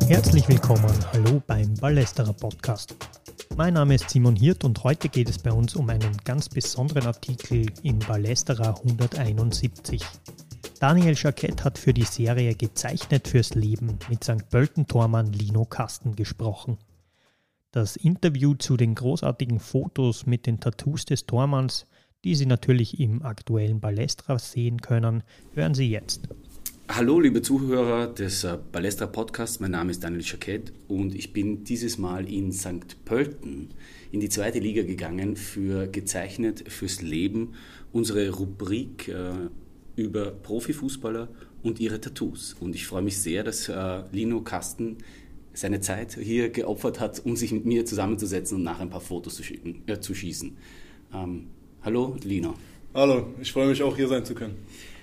Herzlich willkommen, hallo beim Ballesterer Podcast. Mein Name ist Simon Hirt und heute geht es bei uns um einen ganz besonderen Artikel in Ballesterer 171. Daniel Jacquet hat für die Serie Gezeichnet fürs Leben mit St. Pölten-Tormann Lino Kasten gesprochen. Das Interview zu den großartigen Fotos mit den Tattoos des Tormanns, die Sie natürlich im aktuellen Ballesterer sehen können, hören Sie jetzt. Hallo liebe Zuhörer des Ballesterer Podcasts, mein Name ist Daniel Jacquet und ich bin dieses Mal in St. Pölten in die zweite Liga gegangen für Gezeichnet fürs Leben, unsere Rubrik über Profifußballer und ihre Tattoos. Und ich freue mich sehr, dass Lino Kasten seine Zeit hier geopfert hat, um sich mit mir zusammenzusetzen und nachher ein paar Fotos zu schießen. Hallo Lino. Hallo, ich freue mich auch hier sein zu können.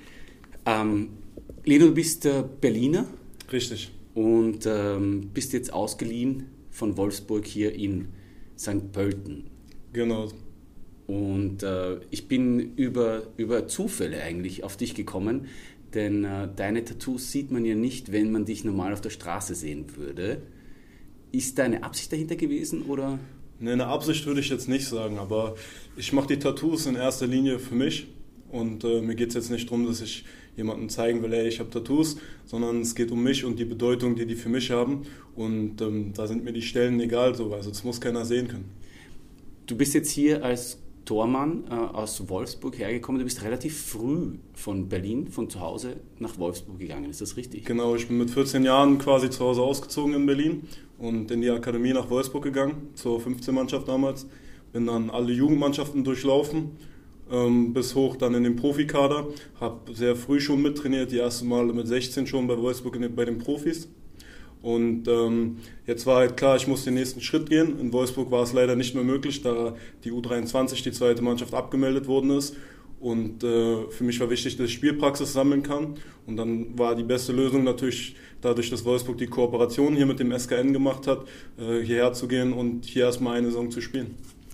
Lino, du bist Berliner. Richtig. Und bist jetzt ausgeliehen von Wolfsburg hier in St. Pölten. Genau. Und ich bin über Zufälle eigentlich auf dich gekommen, denn deine Tattoos sieht man ja nicht, wenn man dich normal auf der Straße sehen würde. Ist da eine Absicht dahinter gewesen, oder? Ne, eine Absicht würde ich jetzt nicht sagen, aber ich mache die Tattoos in erster Linie für mich. Und mir geht es jetzt nicht darum, dass ich jemandem zeigen will, ey, ich habe Tattoos, sondern es geht um mich und die Bedeutung, die für mich haben. Und da sind mir die Stellen egal, so, also das muss keiner sehen können. Du bist jetzt hier als Tormann aus Wolfsburg hergekommen. Du bist relativ früh von Berlin, von zu Hause nach Wolfsburg gegangen. Ist das richtig? Genau, ich bin mit 14 Jahren quasi zu Hause ausgezogen in Berlin und in die Akademie nach Wolfsburg gegangen, zur 15-Mannschaft damals. Bin dann alle Jugendmannschaften durchlaufen, bis hoch dann in den Profikader. Habe sehr früh schon mittrainiert, die ersten Male mit 16 schon bei Wolfsburg bei den Profis. Und jetzt war halt klar, ich muss den nächsten Schritt gehen. In Wolfsburg war es leider nicht mehr möglich, da die U23, die zweite Mannschaft, abgemeldet worden ist. Und für mich war wichtig, dass ich Spielpraxis sammeln kann. Und dann war die beste Lösung natürlich, dadurch, dass Wolfsburg die Kooperation hier mit dem SKN gemacht hat, hierher zu gehen und hier erstmal eine Saison zu spielen.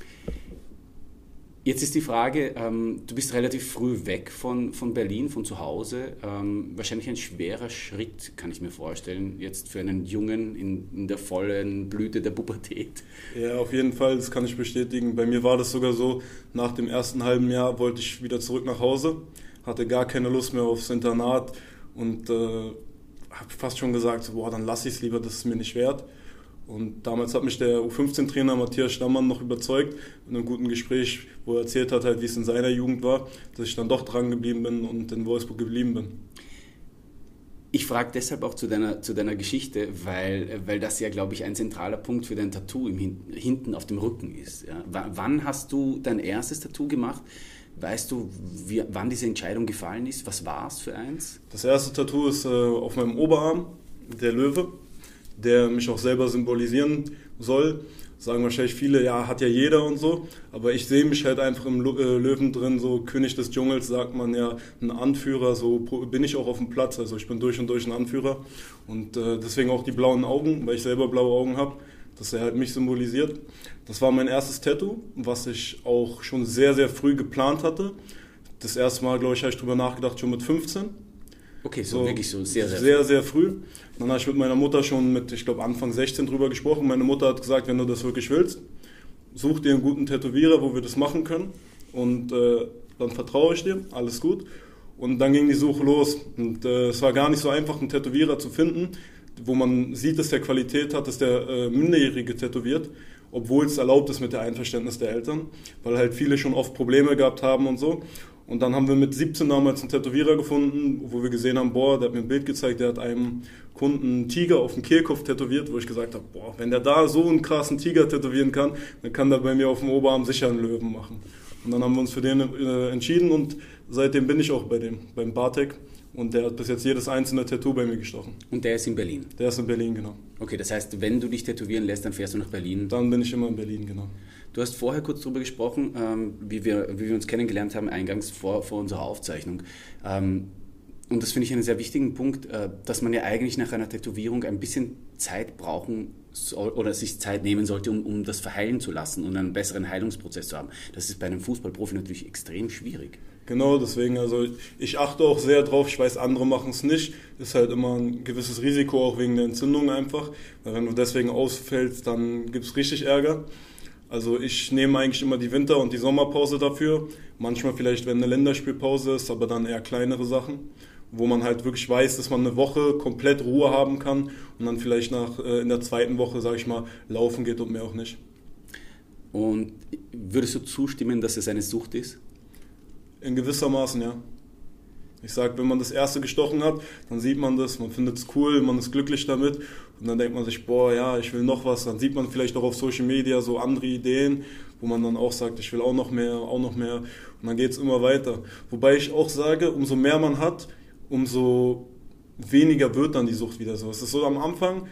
Jetzt ist die Frage, du bist relativ früh weg von Berlin, von zu Hause. Wahrscheinlich ein schwerer Schritt, kann ich mir vorstellen, jetzt für einen Jungen in der vollen Blüte der Pubertät. Ja, auf jeden Fall, das kann ich bestätigen. Bei mir war das sogar so, nach dem ersten halben Jahr wollte ich wieder zurück nach Hause, hatte gar keine Lust mehr aufs Internat und habe fast schon gesagt, boah, dann lasse ich es lieber, das ist mir nicht wert. Und damals hat mich der U15-Trainer Matthias Stammann noch überzeugt, in einem guten Gespräch, wo er erzählt hat, halt, wie es in seiner Jugend war, dass ich dann doch dran geblieben bin und in Wolfsburg geblieben bin. Ich frage deshalb auch zu deiner Geschichte, weil das ja, glaube ich, ein zentraler Punkt für dein Tattoo hinten auf dem Rücken ist. Ja. Wann hast du dein erstes Tattoo gemacht? Weißt du, wann diese Entscheidung gefallen ist? Was war es für eins? Das erste Tattoo ist auf meinem Oberarm, der Löwe, der mich auch selber symbolisieren soll. Sagen wahrscheinlich viele, ja, hat ja jeder und so, aber ich sehe mich halt einfach im Löwen drin, so König des Dschungels, sagt man ja, ein Anführer, so bin ich auch auf dem Platz, also ich bin durch und durch ein Anführer und deswegen auch die blauen Augen, weil ich selber blaue Augen habe, dass er halt mich symbolisiert. Das war mein erstes Tattoo, was ich auch schon sehr, sehr früh geplant hatte. Das erste Mal, glaube ich, habe ich drüber nachgedacht, schon mit 15. Okay, so wirklich so sehr, sehr früh. Sehr, sehr früh. Dann habe ich mit meiner Mutter schon mit, ich glaube, Anfang 16 drüber gesprochen. Meine Mutter hat gesagt, wenn du das wirklich willst, such dir einen guten Tätowierer, wo wir das machen können. Und dann vertraue ich dir, alles gut. Und dann ging die Suche los. Und es war gar nicht so einfach, einen Tätowierer zu finden, wo man sieht, dass der Qualität hat, dass der Minderjährige tätowiert, obwohl es erlaubt ist mit dem Einverständnis der Eltern, weil halt viele schon oft Probleme gehabt haben und so. Und dann haben wir mit 17 damals einen Tätowierer gefunden, wo wir gesehen haben, boah, der hat mir ein Bild gezeigt, der hat einem Kunden einen Tiger auf dem Kehlkopf tätowiert, wo ich gesagt habe, boah, wenn der da so einen krassen Tiger tätowieren kann, dann kann der bei mir auf dem Oberarm sicher einen Löwen machen. Und dann haben wir uns für den entschieden und seitdem bin ich auch beim Bartek. Und der hat bis jetzt jedes einzelne Tattoo bei mir gestochen. Und der ist in Berlin? Der ist in Berlin, genau. Okay, das heißt, wenn du dich tätowieren lässt, dann fährst du nach Berlin? Dann bin ich immer in Berlin, genau. Du hast vorher kurz darüber gesprochen, wie wir uns kennengelernt haben, eingangs vor unserer Aufzeichnung. Und das finde ich einen sehr wichtigen Punkt, dass man ja eigentlich nach einer Tätowierung ein bisschen Zeit brauchen soll, oder sich Zeit nehmen sollte, um das verheilen zu lassen und einen besseren Heilungsprozess zu haben. Das ist bei einem Fußballprofi natürlich extrem schwierig. Genau, deswegen, also ich achte auch sehr drauf, ich weiß, andere machen es nicht, ist halt immer ein gewisses Risiko, auch wegen der Entzündung einfach, weil wenn du deswegen ausfällst, dann gibt es richtig Ärger. Also ich nehme eigentlich immer die Winter- und die Sommerpause dafür, manchmal vielleicht, wenn eine Länderspielpause ist, aber dann eher kleinere Sachen, wo man halt wirklich weiß, dass man eine Woche komplett Ruhe haben kann und dann vielleicht in der zweiten Woche, sage ich mal, laufen geht und mehr auch nicht. Und würdest du zustimmen, dass es eine Sucht ist? In gewissermaßen, ja. Ich sag, wenn man das erste gestochen hat, dann sieht man das, man findet es cool, man ist glücklich damit und dann denkt man sich, boah, ja, ich will noch was. Dann sieht man vielleicht auch auf Social Media so andere Ideen, wo man dann auch sagt, ich will auch noch mehr und dann geht es immer weiter. Wobei ich auch sage, umso mehr man hat, umso weniger wird dann die Sucht wieder so. Es ist so am Anfang,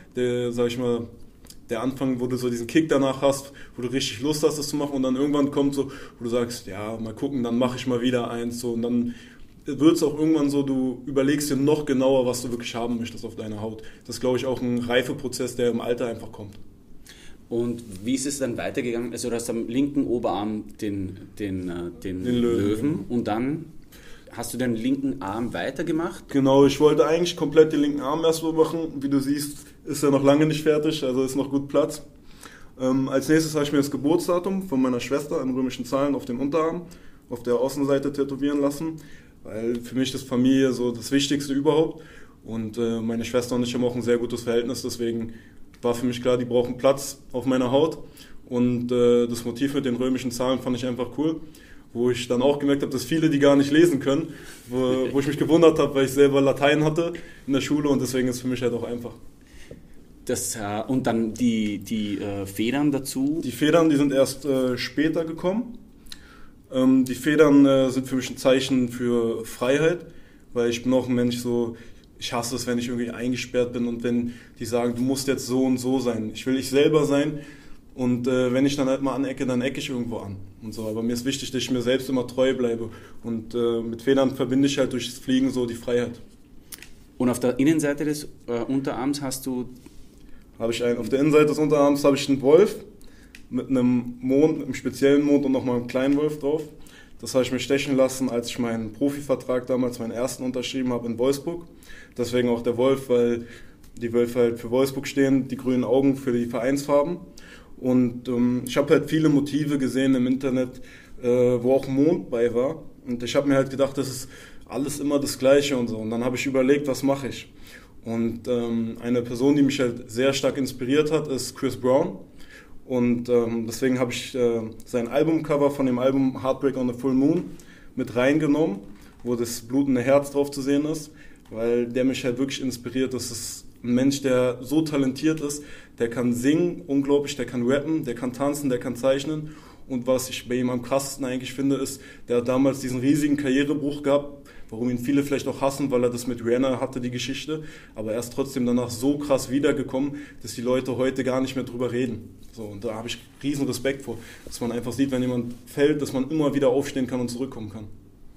der Anfang, wo du so diesen Kick danach hast, wo du richtig Lust hast, das zu machen und dann irgendwann kommt so, wo du sagst, ja, mal gucken, dann mache ich mal wieder eins so und dann wird es auch irgendwann so, du überlegst dir noch genauer, was du wirklich haben möchtest auf deiner Haut. Das ist, glaube ich, auch ein Reifeprozess, der im Alter einfach kommt. Und wie ist es dann weitergegangen? Also du hast am linken Oberarm den Löwen und dann hast du den linken Arm weitergemacht? Genau, ich wollte eigentlich komplett den linken Arm erst so machen. Wie du siehst, ist er noch lange nicht fertig, also ist noch gut Platz. Als nächstes habe ich mir das Geburtsdatum von meiner Schwester in römischen Zahlen auf den Unterarm, auf der Außenseite tätowieren lassen, weil für mich ist Familie so das Wichtigste überhaupt. Und meine Schwester und ich haben auch ein sehr gutes Verhältnis, deswegen war für mich klar, die brauchen Platz auf meiner Haut. Und das Motiv mit den römischen Zahlen fand ich einfach cool, wo ich dann auch gemerkt habe, dass viele die gar nicht lesen können, wo ich mich gewundert habe, weil ich selber Latein hatte in der Schule und deswegen ist es für mich halt auch einfach. Und dann die Federn dazu? Die Federn, die sind erst später gekommen. Die Federn sind für mich ein Zeichen für Freiheit, weil ich bin auch ein Mensch so, ich hasse es, wenn ich irgendwie eingesperrt bin und wenn die sagen, du musst jetzt so und so sein. Ich will ich selber sein und wenn ich dann halt mal anecke, dann ecke ich irgendwo an und so. Aber mir ist wichtig, dass ich mir selbst immer treu bleibe und mit Federn verbinde ich halt durchs Fliegen so die Freiheit. Und auf der Innenseite des Unterarms hast du... Auf der Innenseite des Unterarms habe ich einen Wolf mit einem Mond, einem speziellen Mond und nochmal einen kleinen Wolf drauf. Das habe ich mir stechen lassen, als ich meinen Profivertrag damals, meinen ersten, unterschrieben habe in Wolfsburg. Deswegen auch der Wolf, weil die Wölfe halt für Wolfsburg stehen, die grünen Augen für die Vereinsfarben. Und ich habe halt viele Motive gesehen im Internet, wo auch ein Mond bei war. Und ich habe mir halt gedacht, das ist alles immer das Gleiche und so. Und dann habe ich überlegt, was mache ich? Und eine Person, die mich halt sehr stark inspiriert hat, ist Chris Brown. Und deswegen habe ich sein Albumcover von dem Album Heartbreak on the Full Moon mit reingenommen, wo das blutende Herz drauf zu sehen ist, weil der mich halt wirklich inspiriert. Das ist ein Mensch, der so talentiert ist, der kann singen, unglaublich, der kann rappen, der kann tanzen, der kann zeichnen. Und was ich bei ihm am krassesten eigentlich finde, ist, der hat damals diesen riesigen Karrierebruch gehabt, warum ihn viele vielleicht auch hassen, weil er das mit Rihanna hatte, die Geschichte. Aber er ist trotzdem danach so krass wiedergekommen, dass die Leute heute gar nicht mehr drüber reden. So, und da habe ich riesen Respekt vor, dass man einfach sieht, wenn jemand fällt, dass man immer wieder aufstehen kann und zurückkommen kann.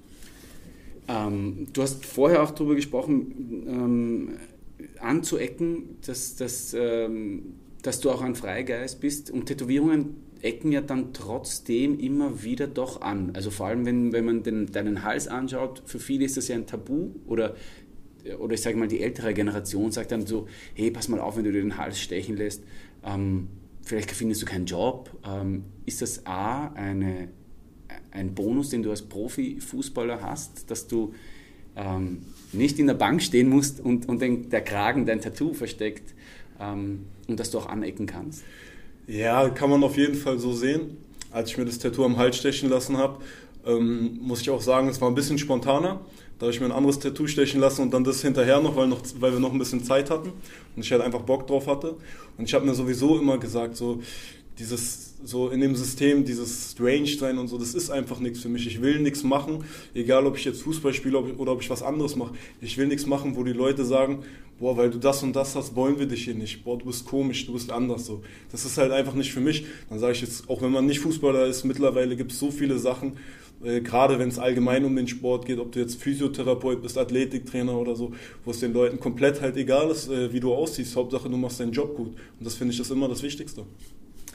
Du hast vorher auch darüber gesprochen, anzuecken, dass du auch ein Freigeist bist. Und Tätowierungen ecken ja dann trotzdem immer wieder doch an. Also vor allem, wenn man deinen Hals anschaut, für viele ist das ja ein Tabu oder ich sage mal, die ältere Generation sagt dann so, hey, pass mal auf, wenn du dir den Hals stechen lässt, vielleicht findest du keinen Job. Ist das ein Bonus, den du als Profifußballer hast, dass du nicht in der Bank stehen musst und der Kragen dein Tattoo versteckt und dass du auch anecken kannst? Ja, kann man auf jeden Fall so sehen. Als ich mir das Tattoo am Hals stechen lassen habe, muss ich auch sagen, es war ein bisschen spontaner. Da habe ich mir ein anderes Tattoo stechen lassen und dann das hinterher noch, weil wir noch ein bisschen Zeit hatten und ich halt einfach Bock drauf hatte. Und ich habe mir sowieso immer gesagt, so in dem System, dieses Strange-Sein und so, das ist einfach nichts für mich. Ich will nichts machen, egal ob ich jetzt Fußball spiele oder ob ich was anderes mache. Ich will nichts machen, wo die Leute sagen, boah, weil du das und das hast, wollen wir dich hier nicht. Boah, du bist komisch, du bist anders so. Das ist halt einfach nicht für mich. Dann sage ich jetzt, auch wenn man nicht Fußballer ist, mittlerweile gibt es so viele Sachen, gerade wenn es allgemein um den Sport geht, ob du jetzt Physiotherapeut bist, Athletiktrainer oder so, wo es den Leuten komplett halt egal ist, wie du aussiehst. Hauptsache, du machst deinen Job gut. Und das finde ich das immer das Wichtigste.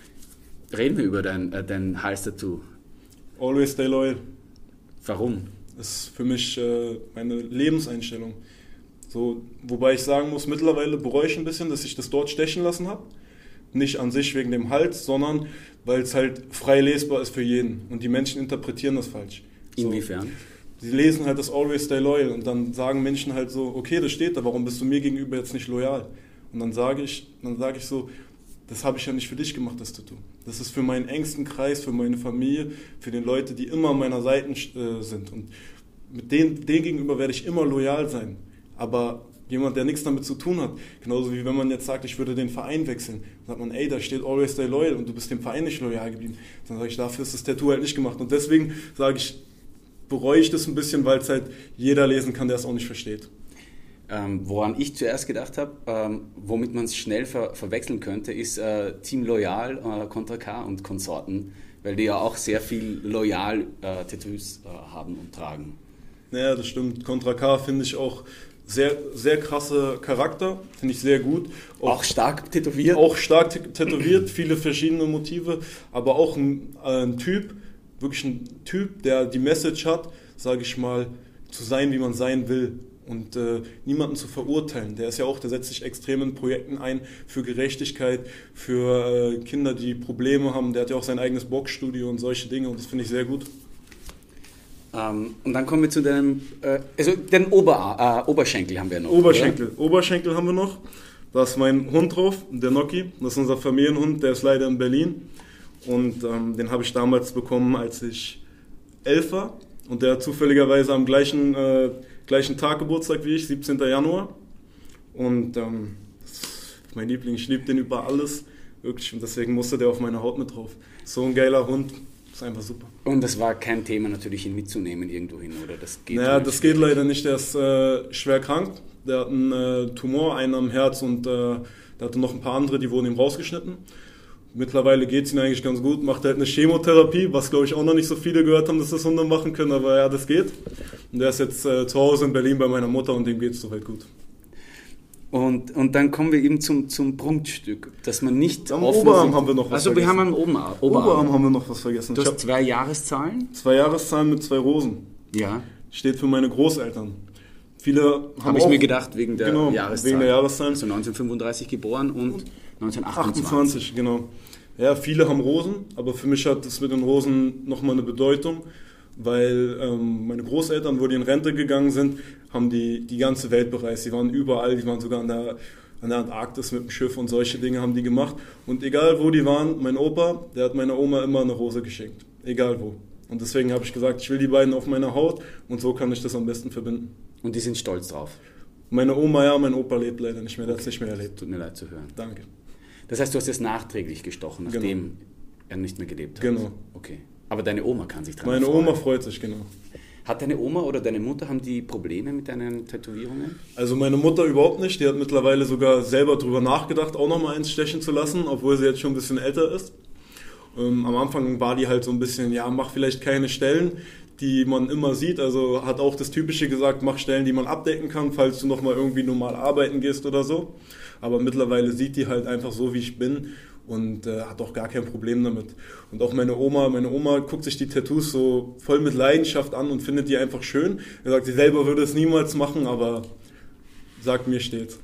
Reden wir über dein Hals-Tattoo. Always stay loyal. Warum? Das ist für mich meine Lebenseinstellung. So, wobei ich sagen muss, mittlerweile bereue ich ein bisschen, dass ich das dort stechen lassen habe. Nicht an sich wegen dem Hals, sondern weil es halt frei lesbar ist für jeden. Und die Menschen interpretieren das falsch. Inwiefern? Sie lesen halt das Always Stay Loyal und dann sagen Menschen halt so, okay, das steht da, warum bist du mir gegenüber jetzt nicht loyal? Und dann sage ich so, das habe ich ja nicht für dich gemacht, das Tattoo. Das ist für meinen engsten Kreis, für meine Familie, für die Leute, die immer an meiner Seite sind. Und mit denen gegenüber werde ich immer loyal sein. Aber jemand, der nichts damit zu tun hat, genauso wie wenn man jetzt sagt, ich würde den Verein wechseln, dann sagt man, ey, da steht Always Stay Loyal und du bist dem Verein nicht loyal geblieben. Dann sage ich, dafür ist das Tattoo halt nicht gemacht. Und deswegen sage ich, bereue ich das ein bisschen, weil es halt jeder lesen kann, der es auch nicht versteht. Woran ich zuerst gedacht habe, womit man es schnell verwechseln könnte, ist Team Loyal, Contra K und Konsorten, weil die ja auch sehr viel Loyal-Tattoos haben und tragen. Naja, das stimmt. Contra K finde ich auch sehr, sehr krasse Charakter, finde ich sehr gut. Auch stark tätowiert? Auch stark tätowiert, viele verschiedene Motive, aber auch ein Typ, wirklich ein Typ, der die Message hat, sage ich mal, zu sein, wie man sein will. Und niemanden zu verurteilen. Der setzt sich extrem in Projekten ein für Gerechtigkeit, für Kinder, die Probleme haben. Der hat ja auch sein eigenes Boxstudio und solche Dinge und das finde ich sehr gut. Und dann kommen wir zu deinem, den Oberschenkel haben wir noch. Oberschenkel haben wir noch. Da ist mein Hund drauf, der Noki. Das ist unser Familienhund, der ist leider in Berlin. Und den habe ich damals bekommen, als ich 11 war. Und der hat zufälligerweise am gleichen Tag Geburtstag wie ich, 17. Januar. Und das ist mein Liebling, ich liebe den über alles, wirklich. Und deswegen musste der auf meine Haut mit drauf. So ein geiler Hund, das ist einfach super. Und das war kein Thema natürlich, ihn mitzunehmen irgendwo hin, oder? Das geht naja, das geht leider nicht, der ist schwer krank. Der hat einen Tumor, einen am Herz und der hatte noch ein paar andere, die wurden ihm rausgeschnitten. Mittlerweile geht es ihm eigentlich ganz gut, macht halt eine Chemotherapie, was glaube ich auch noch nicht so viele gehört haben, dass das Hunde machen können, aber ja, das geht. Und der ist jetzt zu Hause in Berlin bei meiner Mutter und dem geht es soweit gut. Und dann kommen wir eben zum Prunkstück, dass man nicht am Oberarm haben wir noch was vergessen. Also wir haben am Oberarm haben wir noch was vergessen. Du hast 2 Jahreszahlen? 2 Jahreszahlen mit 2 Rosen. Ja. Steht für meine Großeltern. Viele habe ich mir gedacht, wegen der Jahreszahl. Wegen der Jahreszahl. Also 1935 geboren und 1928. 28, genau. Ja, viele haben Rosen, aber für mich hat das mit den Rosen nochmal eine Bedeutung, weil meine Großeltern, wo die in Rente gegangen sind, haben die ganze Welt bereist. Die waren überall, die waren sogar an der Antarktis mit dem Schiff und solche Dinge haben die gemacht. Und egal wo die waren, mein Opa, der hat meiner Oma immer eine Rose geschenkt. Egal wo. Und deswegen habe ich gesagt, ich will die beiden auf meiner Haut und so kann ich das am besten verbinden. Und die sind stolz drauf? Meine Oma ja, mein Opa lebt leider nicht mehr, der hat es nicht mehr erlebt. Tut mir leid zu hören. Danke. Das heißt, du hast es nachträglich gestochen, nachdem er nicht mehr gelebt hat? Genau. Okay. Aber deine Oma kann sich dran Meine freuen. Oma freut sich, genau. Hat deine Oma oder deine Mutter, haben die Probleme mit deinen Tätowierungen? Also meine Mutter überhaupt nicht. Die hat mittlerweile sogar selber drüber nachgedacht, auch nochmal eins stechen zu lassen, obwohl sie jetzt schon ein bisschen älter ist. Am Anfang war die halt so ein bisschen, ja, mach vielleicht keine Stellen, die man immer sieht. Also hat auch das Typische gesagt, mach Stellen, die man abdecken kann, falls du nochmal irgendwie normal arbeiten gehst oder so. Aber mittlerweile sieht die halt einfach so, wie ich bin und hat auch gar kein Problem damit. Und auch meine Oma guckt sich die Tattoos so voll mit Leidenschaft an und findet die einfach schön. Er sagt, sie selber würde es niemals machen, aber sagt, mir steht's.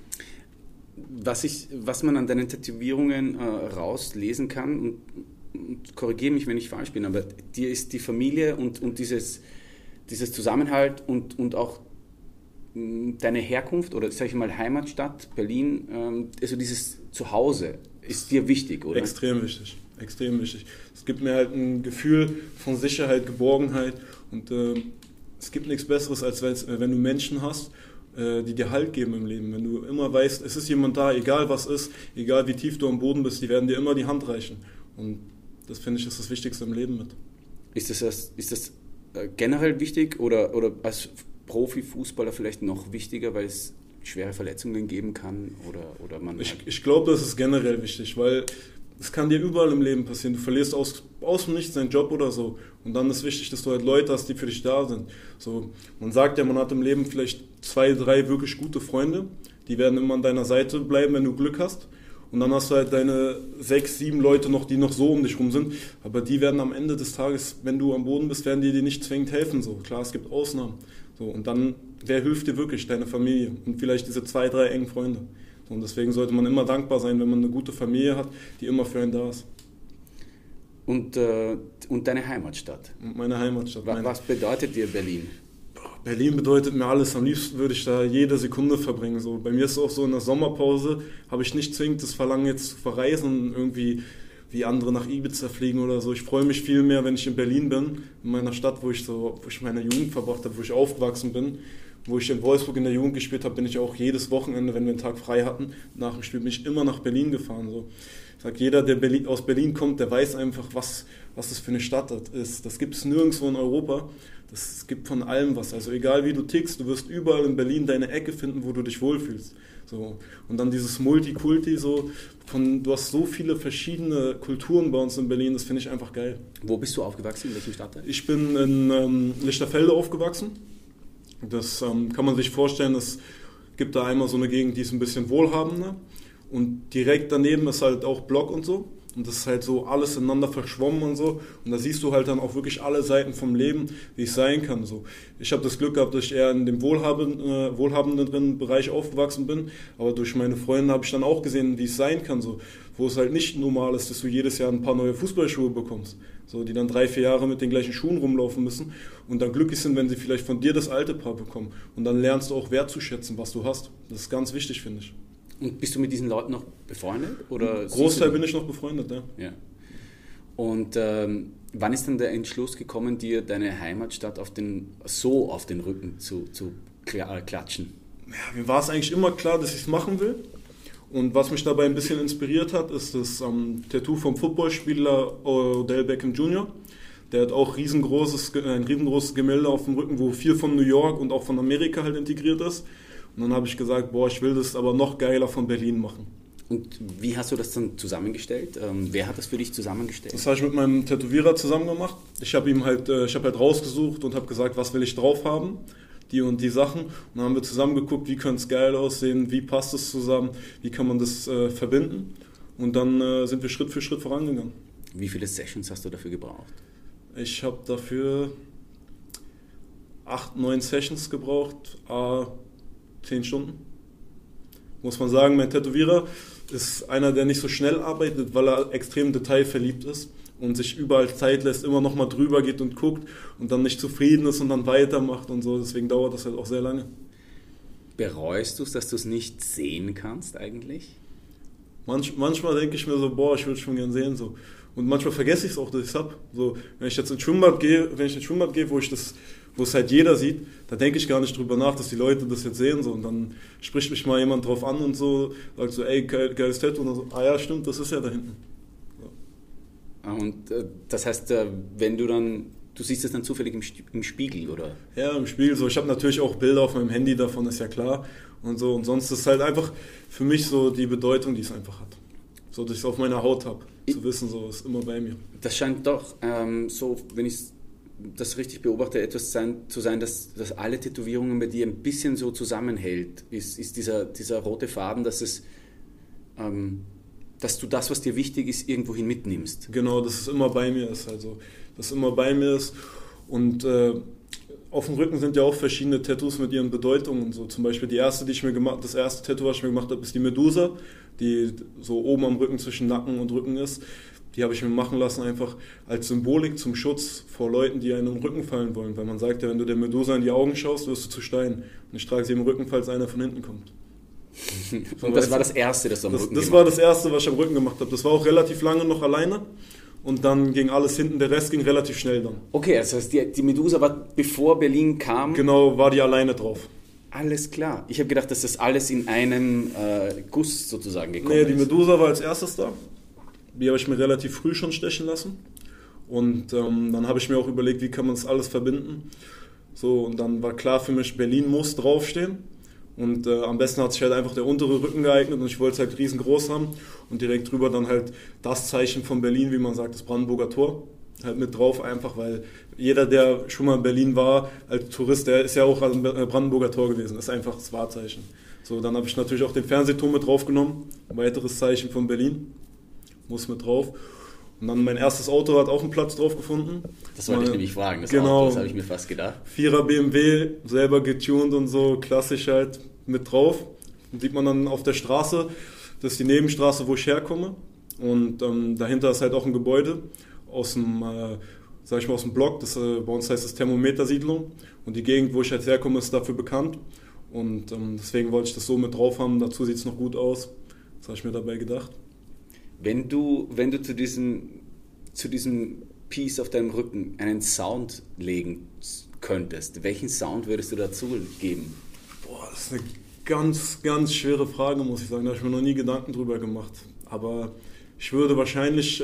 Was man an deinen Tätowierungen rauslesen kann, und korrigiere mich, wenn ich falsch bin, aber dir ist die Familie und dieses Zusammenhalt und auch deine Herkunft oder, sag ich mal, Heimatstadt, Berlin, also dieses Zuhause ist dir wichtig, oder? Extrem wichtig, extrem wichtig. Es gibt mir halt ein Gefühl von Sicherheit, Geborgenheit und es gibt nichts Besseres, als wenn du Menschen hast, die dir Halt geben im Leben. Wenn du immer weißt, es ist jemand da, egal was ist, egal wie tief du am Boden bist, die werden dir immer die Hand reichen. Und das finde ich ist das Wichtigste im Leben mit. Ist das generell wichtig oder als Profifußballer vielleicht noch wichtiger, weil es schwere Verletzungen geben kann? Oder man ich glaube, das ist generell wichtig, weil es kann dir überall im Leben passieren. Du verlierst aus dem Nichts deinen Job oder so. Und dann ist wichtig, dass du halt Leute hast, die für dich da sind. So, man sagt ja, man hat im Leben vielleicht 2, 3 wirklich gute Freunde. Die werden immer an deiner Seite bleiben, wenn du Glück hast. Und dann hast du halt deine 6, 7 Leute noch, die noch so um dich rum sind. Aber die werden am Ende des Tages, wenn du am Boden bist, werden die dir nicht zwingend helfen. So. Klar, es gibt Ausnahmen. So. Und dann, wer hilft dir wirklich? Deine Familie und vielleicht diese 2, 3 engen Freunde. So. Und deswegen sollte man immer dankbar sein, wenn man eine gute Familie hat, die immer für einen da ist. Und deine Heimatstadt? Und meine Heimatstadt. Was bedeutet dir Berlin? Berlin bedeutet mir alles. Am liebsten würde ich da jede Sekunde verbringen. So, bei mir ist es auch so, in der Sommerpause habe ich nicht zwingend das Verlangen, jetzt zu verreisen, irgendwie wie andere nach Ibiza fliegen oder so. Ich freue mich viel mehr, wenn ich in Berlin bin, in meiner Stadt, wo ich meine Jugend verbracht habe, wo ich aufgewachsen bin. Wo ich in Wolfsburg in der Jugend gespielt habe, bin ich auch jedes Wochenende, wenn wir einen Tag frei hatten, nach dem Spiel bin ich immer nach Berlin gefahren. So. Ich sage, jeder, der aus Berlin kommt, der weiß einfach, was das für eine Stadt ist. Das gibt es nirgendwo in Europa. Das gibt von allem was. Also egal wie du tickst, du wirst überall in Berlin deine Ecke finden, wo du dich wohlfühlst. So. Und dann dieses Multikulti, du hast so viele verschiedene Kulturen bei uns in Berlin, das finde ich einfach geil. Wo bist du aufgewachsen? In welchem Stadtteil? Ich bin in Lichterfelde aufgewachsen. Das kann man sich vorstellen, es gibt da einmal so eine Gegend, die ist ein bisschen wohlhabender und direkt daneben ist halt auch Block und so und das ist halt so alles ineinander verschwommen und so und da siehst du halt dann auch wirklich alle Seiten vom Leben, wie es sein kann. So. Ich habe das Glück gehabt, dass ich eher in dem wohlhabenderen Bereich aufgewachsen bin, aber durch meine Freunde habe ich dann auch gesehen, wie es sein kann, so, wo es halt nicht normal ist, dass du jedes Jahr ein paar neue Fußballschuhe bekommst. So, die dann 3, 4 Jahre mit den gleichen Schuhen rumlaufen müssen und dann glücklich sind, wenn sie vielleicht von dir das alte Paar bekommen. Und dann lernst du auch wertzuschätzen, was du hast. Das ist ganz wichtig, finde ich. Und bist du mit diesen Leuten noch befreundet? Oder Großteil bin ich noch befreundet, ja. Ja. Und wann ist dann der Entschluss gekommen, dir deine Heimatstadt auf den Rücken zu klatschen? Ja, mir war es eigentlich immer klar, dass ich es machen will. Und was mich dabei ein bisschen inspiriert hat, ist das Tattoo vom Footballspieler Odell Beckham Jr. Der hat auch ein riesengroßes Gemälde auf dem Rücken, wo viel von New York und auch von Amerika halt integriert ist. Und dann habe ich gesagt, ich will das aber noch geiler von Berlin machen. Und wie hast du das dann zusammengestellt? Wer hat das für dich zusammengestellt? Das habe ich mit meinem Tätowierer zusammen gemacht. Ich habe halt rausgesucht und habe gesagt, was will ich drauf haben. Die und die Sachen. Und dann haben wir zusammen geguckt, wie könnte es geil aussehen, wie passt es zusammen, wie kann man das verbinden. Und dann sind wir Schritt für Schritt vorangegangen. Wie viele Sessions hast du dafür gebraucht? Ich habe dafür 8, 9 Sessions gebraucht, 10 Stunden. Muss man sagen, mein Tätowierer ist einer, der nicht so schnell arbeitet, weil er extrem detailverliebt ist und sich überall Zeit lässt, immer noch mal drüber geht und guckt und dann nicht zufrieden ist und dann weitermacht und so. Deswegen dauert das halt auch sehr lange. Bereust du es, dass du es nicht sehen kannst eigentlich? Manchmal denke ich mir so, ich würde es schon gern sehen. So. Und manchmal vergesse ich es auch, dass ich es habe. So, wenn ich jetzt ins Schwimmbad gehe, wo es halt jeder sieht, da denke ich gar nicht drüber nach, dass die Leute das jetzt sehen. So. Und dann spricht mich mal jemand drauf an und so, sagt so, ey, geiles Tattoo. Und dann so, ja, stimmt, das ist ja da hinten. So. Und das heißt, wenn du siehst es dann zufällig im Spiegel, oder? Ja, im Spiegel. So. Ich habe natürlich auch Bilder auf meinem Handy davon, ist ja klar. Und so. Und sonst ist es halt einfach für mich so die Bedeutung, die es einfach hat. So, dass ich es auf meiner Haut habe. Zu wissen, so ist immer bei mir. Das scheint doch so, wenn ich das richtig beobachte, etwas zu sein, dass alle Tätowierungen bei dir ein bisschen so zusammenhält. Ist dieser rote Faden, dass du das, was dir wichtig ist, irgendwohin mitnimmst. Genau, dass es immer bei mir ist. Also, dass es immer bei mir ist. Und auf dem Rücken sind ja auch verschiedene Tattoos mit ihren Bedeutungen. So, zum Beispiel das erste Tattoo, was ich mir gemacht habe, ist die Medusa, die so oben am Rücken zwischen Nacken und Rücken ist. Die habe ich mir machen lassen, einfach als Symbolik zum Schutz vor Leuten, die einen im Rücken fallen wollen. Weil man sagt ja, wenn du der Medusa in die Augen schaust, wirst du zu Stein. Und ich trage sie im Rücken, falls einer von hinten kommt. Und das war das Erste, das du am Rücken gemacht hast? Das war das Erste, was ich am Rücken gemacht habe. Das war auch relativ lange noch alleine. Und dann ging alles hinten, der Rest ging relativ schnell dann. Okay, das heißt, die Medusa war, bevor Berlin kam... Genau, war die alleine drauf. Alles klar. Ich habe gedacht, dass das alles in einem Guss sozusagen gekommen ist. Nee, die Medusa war als erstes da. Die habe ich mir relativ früh schon stechen lassen. Und dann habe ich mir auch überlegt, wie kann man das alles verbinden. So, und dann war klar für mich, Berlin muss draufstehen. Und am besten hat sich halt einfach der untere Rücken geeignet und ich wollte es halt riesengroß haben. Und direkt drüber dann halt das Zeichen von Berlin, wie man sagt, das Brandenburger Tor. Halt mit drauf einfach, weil jeder, der schon mal in Berlin war, als Tourist, der ist ja auch am Brandenburger Tor gewesen. Das ist einfach das Wahrzeichen. So, dann habe ich natürlich auch den Fernsehturm mit draufgenommen. Ein weiteres Zeichen von Berlin. Muss mit drauf. Und dann mein erstes Auto hat auch einen Platz drauf gefunden. Das wollte ich nämlich fragen, das genau, Auto, das habe ich mir fast gedacht. 4er BMW, selber getuned und so, klassisch halt mit drauf. Und sieht man dann auf der Straße, das ist die Nebenstraße, wo ich herkomme. Und dahinter ist halt auch ein Gebäude aus dem, sag ich mal, aus dem Block. Bei uns heißt es Thermometersiedlung. Und die Gegend, wo ich jetzt herkomme, ist dafür bekannt. Und deswegen wollte ich das so mit drauf haben. Dazu sieht es noch gut aus. Das habe ich mir dabei gedacht. Wenn du zu diesem Piece auf deinem Rücken einen Sound legen könntest, welchen Sound würdest du dazu geben? Boah, das ist eine ganz, ganz schwere Frage, muss ich sagen. Da habe ich mir noch nie Gedanken drüber gemacht. Aber ich würde wahrscheinlich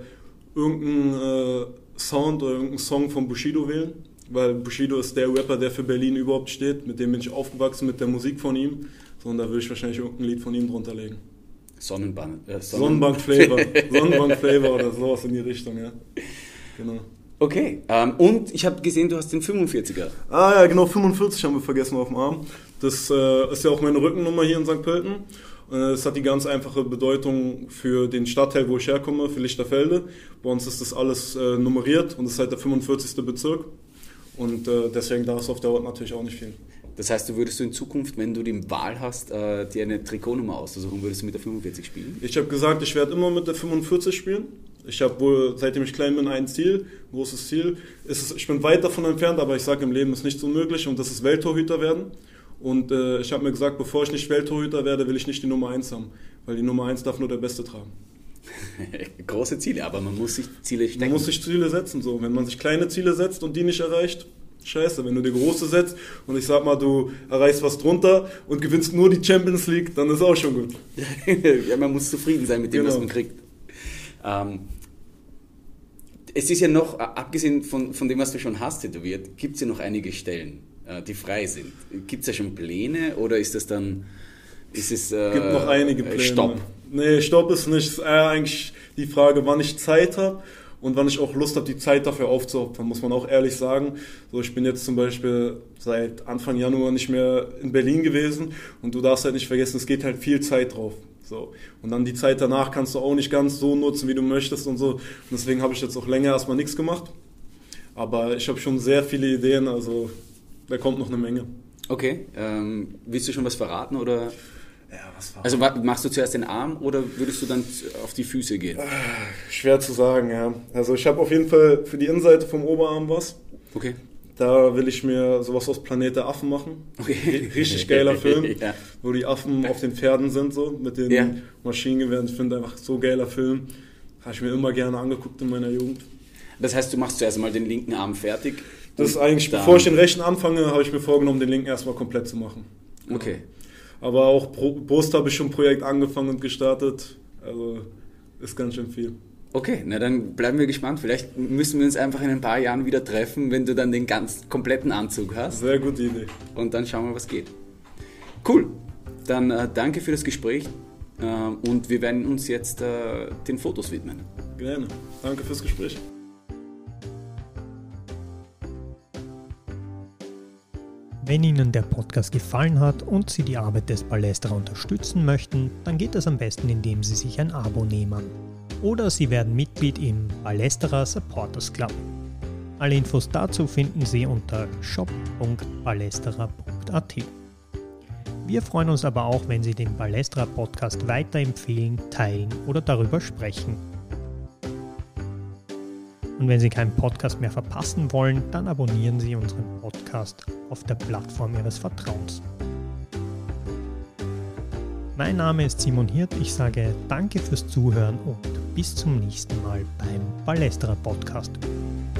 irgendeinen Sound oder irgendeinen Song von Bushido wählen. Weil Bushido ist der Rapper, der für Berlin überhaupt steht. Mit dem bin ich aufgewachsen, mit der Musik von ihm. So, und da würde ich wahrscheinlich irgendein Lied von ihm drunter legen. Sonnenbank-Flavor. Sonnenbank-Flavor oder sowas in die Richtung, ja. Genau. Okay, und ich habe gesehen, du hast den 45er. Ah ja, genau, 45 haben wir vergessen auf dem Arm. Das ist ja auch meine Rückennummer hier in St. Pölten. Das hat die ganz einfache Bedeutung für den Stadtteil, wo ich herkomme, für Lichterfelde. Bei uns ist das alles nummeriert und das ist halt der 45. Bezirk. Und deswegen darf es auf der Ort natürlich auch nicht fehlen. Das heißt, du würdest in Zukunft, wenn du die Wahl hast, dir eine Trikotnummer auszusuchen, würdest du mit der 45 spielen? Ich habe gesagt, ich werde immer mit der 45 spielen. Ich habe wohl, seitdem ich klein bin, ein Ziel, großes Ziel. Ich bin weit davon entfernt, aber ich sage, im Leben ist nichts unmöglich und das ist Welttorhüter werden. Und ich habe mir gesagt, bevor ich nicht Welttorhüter werde, will ich nicht die Nummer 1 haben, weil die Nummer 1 darf nur der Beste tragen. Große Ziele, aber man muss sich Ziele stecken. Man muss sich Ziele setzen, so. Wenn man sich kleine Ziele setzt und die nicht erreicht, scheiße. Wenn du dir große setzt und ich sag mal, du erreichst was drunter und gewinnst nur die Champions League, dann ist auch schon gut. Ja, man muss zufrieden sein mit dem, was man kriegt. Es ist ja noch, abgesehen von dem, was du schon hast tätowiert, gibt es ja noch einige Stellen, die frei sind. Gibt es ja schon Pläne oder ist es gibt noch einige Pläne. Stopp? Nee, Stopp ist nicht. Ist eigentlich die Frage, wann ich Zeit habe und wann ich auch Lust habe, die Zeit dafür aufzuopfern, muss man auch ehrlich sagen. So, ich bin jetzt zum Beispiel seit Anfang Januar nicht mehr in Berlin gewesen und du darfst halt nicht vergessen, es geht halt viel Zeit drauf. So. Und dann die Zeit danach kannst du auch nicht ganz so nutzen, wie du möchtest und so. Und deswegen habe ich jetzt auch länger erstmal nichts gemacht. Aber ich habe schon sehr viele Ideen, also da kommt noch eine Menge. Okay, willst du schon was verraten oder? Ja, was verraten? Also machst du zuerst den Arm oder würdest du dann auf die Füße gehen? Schwer zu sagen, ja. Also ich habe auf jeden Fall für die Innenseite vom Oberarm was. Okay. Da will ich mir sowas aus Planet der Affen machen. Okay. Richtig geiler Film, ja. wo die Affen auf den Pferden sind, so mit den Maschinengewehren. Ich finde einfach so geiler Film. Habe ich mir immer gerne angeguckt in meiner Jugend. Das heißt, du machst zuerst mal den linken Arm fertig? Das ist eigentlich, bevor ich den rechten anfange, habe ich mir vorgenommen, den linken erstmal komplett zu machen. Okay. Aber auch Brust habe ich schon ein Projekt angefangen und gestartet. Also ist ganz schön viel. Okay, na dann bleiben wir gespannt. Vielleicht müssen wir uns einfach in ein paar Jahren wieder treffen, wenn du dann den ganz kompletten Anzug hast. Sehr gute Idee. Und dann schauen wir, was geht. Cool. Dann danke für das Gespräch und wir werden uns jetzt den Fotos widmen. Gerne. Danke fürs Gespräch. Wenn Ihnen der Podcast gefallen hat und Sie die Arbeit des Ballesterer unterstützen möchten, dann geht das am besten, indem Sie sich ein Abo nehmen. Oder Sie werden Mitglied im Ballesterer Supporters Club. Alle Infos dazu finden Sie unter shop.ballesterer.at. Wir freuen uns aber auch, wenn Sie den Ballesterer Podcast weiterempfehlen, teilen oder darüber sprechen. Und wenn Sie keinen Podcast mehr verpassen wollen, dann abonnieren Sie unseren Podcast auf der Plattform Ihres Vertrauens. Mein Name ist Simon Hirt, ich sage danke fürs Zuhören und bis zum nächsten Mal beim Ballesterer Podcast.